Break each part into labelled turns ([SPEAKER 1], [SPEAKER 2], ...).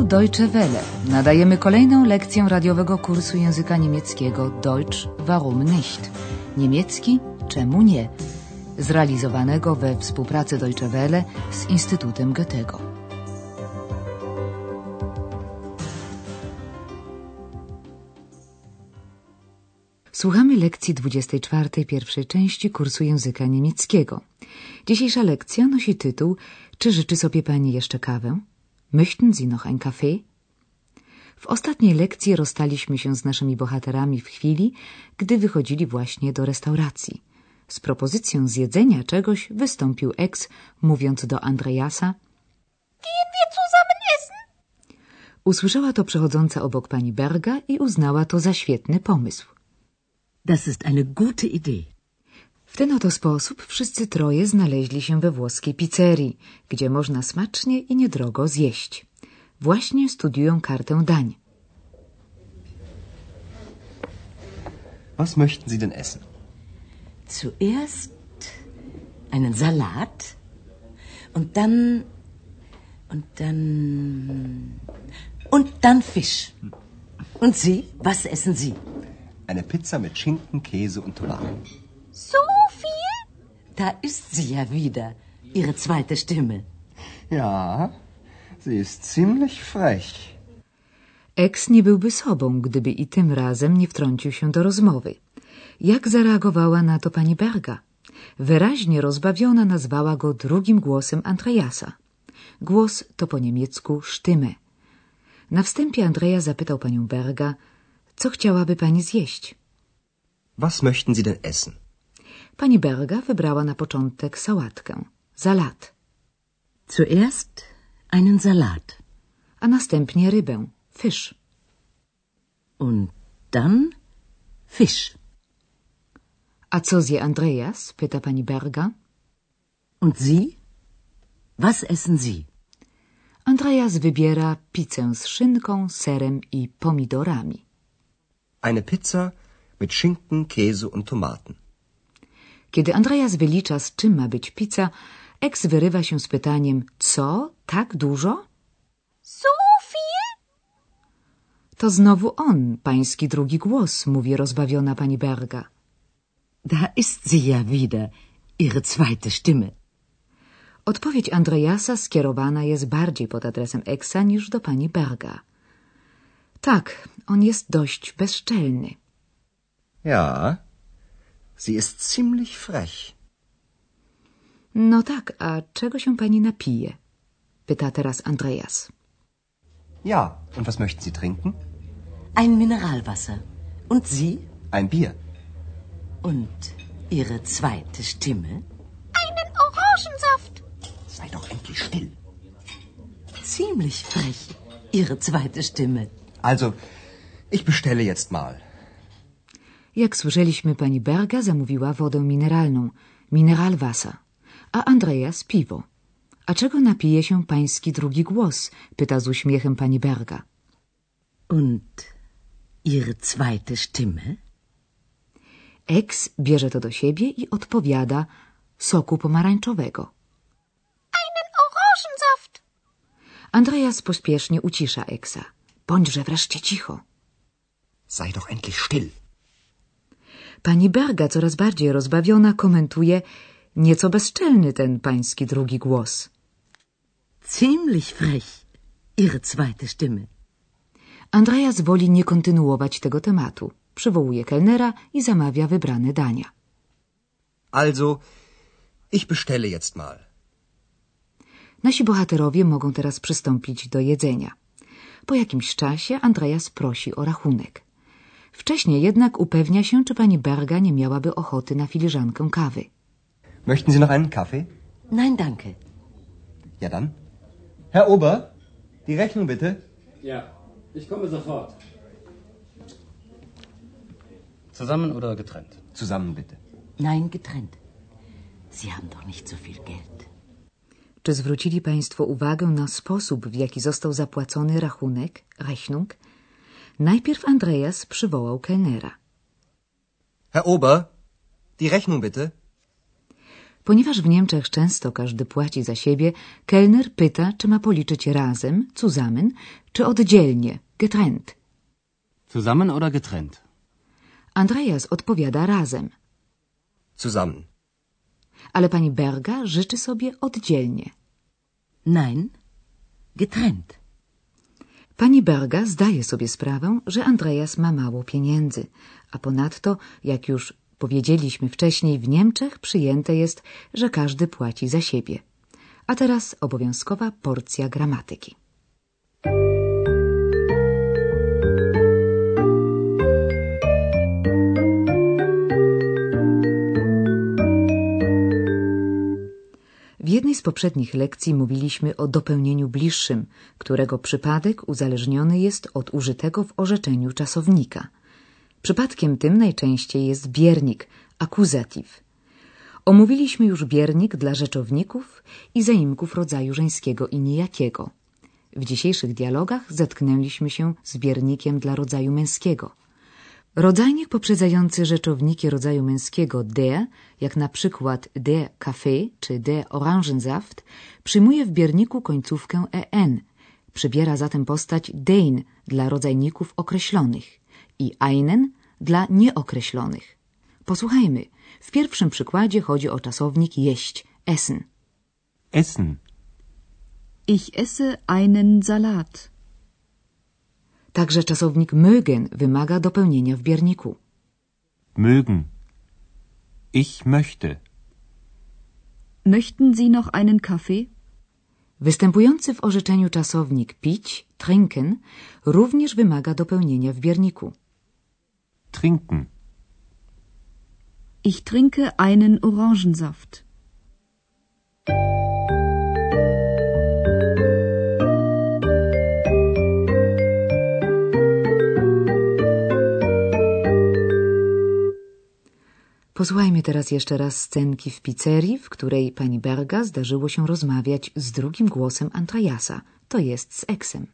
[SPEAKER 1] Deutsche Welle. Nadajemy kolejną lekcję radiowego kursu języka niemieckiego Deutsch, warum nicht? Niemiecki, czemu nie? Zrealizowanego we współpracy Deutsche Welle z Instytutem Goethego. Słuchamy lekcji 24 pierwszej części kursu języka niemieckiego. Dzisiejsza lekcja nosi tytuł: Czy życzy sobie Pani jeszcze kawę? Möchten Sie noch ein Kaffee? W ostatniej lekcji rozstaliśmy się z naszymi bohaterami w chwili, gdy wychodzili właśnie do restauracji. Z propozycją zjedzenia czegoś wystąpił Ex, mówiąc do Andreasa:
[SPEAKER 2] Gehen wir zusammen essen?
[SPEAKER 1] Usłyszała to przechodząca obok pani Berga i uznała to za świetny pomysł.
[SPEAKER 3] Das ist eine gute Idee.
[SPEAKER 1] W ten oto sposób wszyscy troje znaleźli się we włoskiej pizzerii, gdzie można smacznie i niedrogo zjeść. Właśnie studiują kartę dań.
[SPEAKER 4] Was möchten Sie denn essen?
[SPEAKER 3] Zuerst einen Salat und dann Fisch. Und Sie? Was essen Sie?
[SPEAKER 4] Eine Pizza mit Schinken, Käse und Tomaten.
[SPEAKER 2] So viel?
[SPEAKER 3] Da ist sie ja wieder, Ihre zweite Stimme.
[SPEAKER 4] Ja, sie ist ziemlich frech.
[SPEAKER 1] Ex nie byłby sobą, gdyby i tym razem nie wtrącił się do rozmowy. Jak zareagowała na to pani Berga? Wyraźnie rozbawiona nazwała go drugim głosem Andreasa. Głos to po niemiecku Stimme. Na wstępie Andrea zapytał panią Berga, co chciałaby pani zjeść.
[SPEAKER 4] Was möchten Sie denn essen?
[SPEAKER 1] Pani Berga wybrała na początek sałatkę, salat.
[SPEAKER 3] Zuerst einen Salat.
[SPEAKER 1] A następnie rybę, Fisch.
[SPEAKER 3] Und dann Fisch.
[SPEAKER 1] A co zje Andreas? Pyta pani Berga.
[SPEAKER 3] Und Sie? Was essen Sie?
[SPEAKER 1] Andreas wybiera pizzę z szynką, serem i pomidorami.
[SPEAKER 4] Eine Pizza mit Schinken, Käse und Tomaten.
[SPEAKER 1] Kiedy Andreas wylicza, z czym ma być pizza, Ex wyrywa się z pytaniem: co? Tak dużo?
[SPEAKER 2] So viel?
[SPEAKER 1] To znowu on, pański drugi głos, mówi rozbawiona pani Berga.
[SPEAKER 3] Da ist sie ja wieder, Ihre zweite Stimme.
[SPEAKER 1] Odpowiedź Andreasa skierowana jest bardziej pod adresem Exa niż do pani Berga. Tak, on jest dość bezczelny.
[SPEAKER 4] Ja, sie ist ziemlich frech.
[SPEAKER 1] No tak, a czego się pani napije? Pyta teraz Andreas.
[SPEAKER 4] Ja, und was möchten Sie trinken?
[SPEAKER 3] Ein Mineralwasser. Und Sie?
[SPEAKER 4] Ein Bier.
[SPEAKER 3] Und Ihre zweite Stimme?
[SPEAKER 2] Einen Orangensaft.
[SPEAKER 4] Sei doch endlich still.
[SPEAKER 3] Ziemlich frech, Ihre zweite Stimme.
[SPEAKER 4] Also, ich bestelle jetzt mal.
[SPEAKER 1] Jak słyszeliśmy, pani Berga zamówiła wodę mineralną, Mineralwasser, a Andreas piwo. A czego napije się pański drugi głos? Pyta z uśmiechem pani Berga.
[SPEAKER 3] Und Ihre zweite Stimme?
[SPEAKER 1] Ex bierze to do siebie i odpowiada: soku pomarańczowego.
[SPEAKER 2] Einen Orangensaft.
[SPEAKER 1] Andreas pospiesznie ucisza Exa. Bądźże wreszcie cicho.
[SPEAKER 4] Sei doch endlich still.
[SPEAKER 1] Pani Berga, coraz bardziej rozbawiona, komentuje: nieco bezczelny ten pański drugi głos.
[SPEAKER 3] Ziemlich frech, Ihre zweite Stimme.
[SPEAKER 1] Andreas woli nie kontynuować tego tematu. Przywołuje kelnera i zamawia wybrane dania.
[SPEAKER 4] Also, ich bestelle jetzt mal.
[SPEAKER 1] Nasi bohaterowie mogą teraz przystąpić do jedzenia. Po jakimś czasie Andreas prosi o rachunek. Wcześniej jednak upewnia się, czy pani Berga nie miałaby ochoty na filiżankę kawy.
[SPEAKER 4] Möchten Sie noch einen Kaffee?
[SPEAKER 3] Nein, danke.
[SPEAKER 4] Ja dann. Herr Ober, die Rechnung bitte.
[SPEAKER 5] Ja, ich komme sofort.
[SPEAKER 6] Zusammen oder getrennt?
[SPEAKER 4] Zusammen bitte.
[SPEAKER 3] Nein, getrennt. Sie haben doch nicht so viel Geld.
[SPEAKER 1] Czy zwrócili państwo uwagę na sposób, w jaki został zapłacony rachunek, Rechnung? Najpierw Andreas przywołał kelnera.
[SPEAKER 4] Herr Ober, die Rechnung bitte.
[SPEAKER 1] Ponieważ w Niemczech często każdy płaci za siebie, kelner pyta, czy ma policzyć razem, zusammen, czy oddzielnie, getrennt.
[SPEAKER 6] Zusammen oder getrennt?
[SPEAKER 1] Andreas odpowiada razem,
[SPEAKER 4] Zusammen.
[SPEAKER 1] ale pani Berga życzy sobie oddzielnie.
[SPEAKER 3] Nein, getrennt.
[SPEAKER 1] Pani Berga zdaje sobie sprawę, że Andreas ma mało pieniędzy, a ponadto, jak już powiedzieliśmy wcześniej, w Niemczech przyjęte jest, że każdy płaci za siebie. A teraz obowiązkowa porcja gramatyki. W jednej z poprzednich lekcji mówiliśmy o dopełnieniu bliższym, którego przypadek uzależniony jest od użytego w orzeczeniu czasownika. Przypadkiem tym najczęściej jest biernik, akuzatyw. Omówiliśmy już biernik dla rzeczowników i zaimków rodzaju żeńskiego i nijakiego. W dzisiejszych dialogach zetknęliśmy się z biernikiem dla rodzaju męskiego. Rodzajnik poprzedzający rzeczowniki rodzaju męskiego der, jak na przykład der Kaffee czy der Orangensaft, przyjmuje w bierniku końcówkę en, przybiera zatem postać den dla rodzajników określonych i einen dla nieokreślonych. Posłuchajmy. W pierwszym przykładzie chodzi o czasownik jeść, essen.
[SPEAKER 4] Essen.
[SPEAKER 7] Ich esse einen Salat.
[SPEAKER 1] Także czasownik mögen wymaga dopełnienia w bierniku.
[SPEAKER 4] Mögen. Ich möchte.
[SPEAKER 7] Möchten Sie noch einen Kaffee?
[SPEAKER 1] Występujący w orzeczeniu czasownik pić, trinken, również wymaga dopełnienia w bierniku.
[SPEAKER 4] Trinken.
[SPEAKER 7] Ich trinke einen Orangensaft. Posłuchajmy teraz jeszcze raz scenki w pizzerii, w której pani Berga zdarzyło się rozmawiać z drugim głosem Andreasa, to jest z Eksem.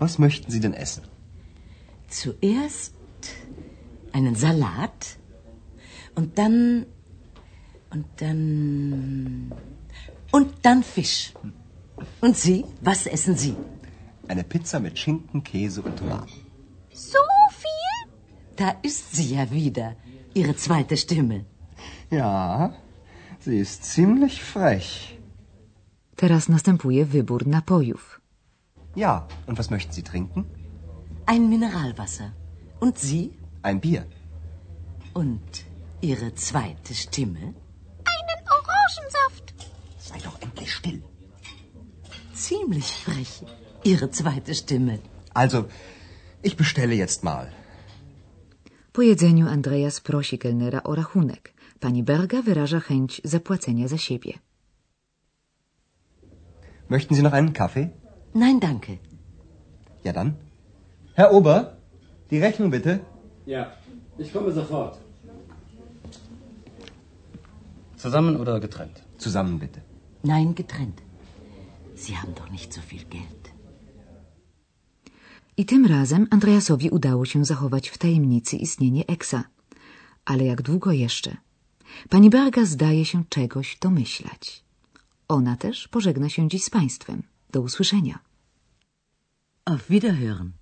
[SPEAKER 4] Was möchten Sie denn essen?
[SPEAKER 3] Zuerst einen Salat und dann Fisch. Und Sie? Was essen Sie?
[SPEAKER 4] Eine Pizza mit Schinken, Käse und Tomaten.
[SPEAKER 2] So viel?
[SPEAKER 3] Da ist sie ja wieder, Ihre zweite Stimme.
[SPEAKER 4] Ja, sie ist ziemlich frech.
[SPEAKER 1] Teraz następuje wybór napojów.
[SPEAKER 4] Ja, und was möchten Sie trinken?
[SPEAKER 3] Ein Mineralwasser. Und Sie?
[SPEAKER 4] Ein Bier.
[SPEAKER 3] Und Ihre zweite Stimme?
[SPEAKER 2] Einen Orangensaft.
[SPEAKER 4] Sei doch endlich still.
[SPEAKER 3] Ziemlich frech, Ihre zweite Stimme.
[SPEAKER 4] Also, ich bestelle jetzt mal.
[SPEAKER 1] Po jedzeniu Andreas prosi kelnera o rachunek. Pani Berga wyraża chęć zapłacenia za siebie.
[SPEAKER 4] Möchten Sie noch einen Kaffee?
[SPEAKER 3] Nein, danke.
[SPEAKER 4] Ja dann. Herr Ober, die Rechnung bitte.
[SPEAKER 5] Ja, ich komme sofort.
[SPEAKER 6] Zusammen oder getrennt?
[SPEAKER 4] Zusammen bitte.
[SPEAKER 3] Nein, getrennt. Sie haben doch nicht so viel Geld.
[SPEAKER 1] I tym razem Andreasowi udało się zachować w tajemnicy istnienie Eksa. Ale jak długo jeszcze? Pani Berga zdaje się czegoś domyślać. Ona też pożegna się dziś z państwem. Do usłyszenia.
[SPEAKER 3] Auf Wiederhören.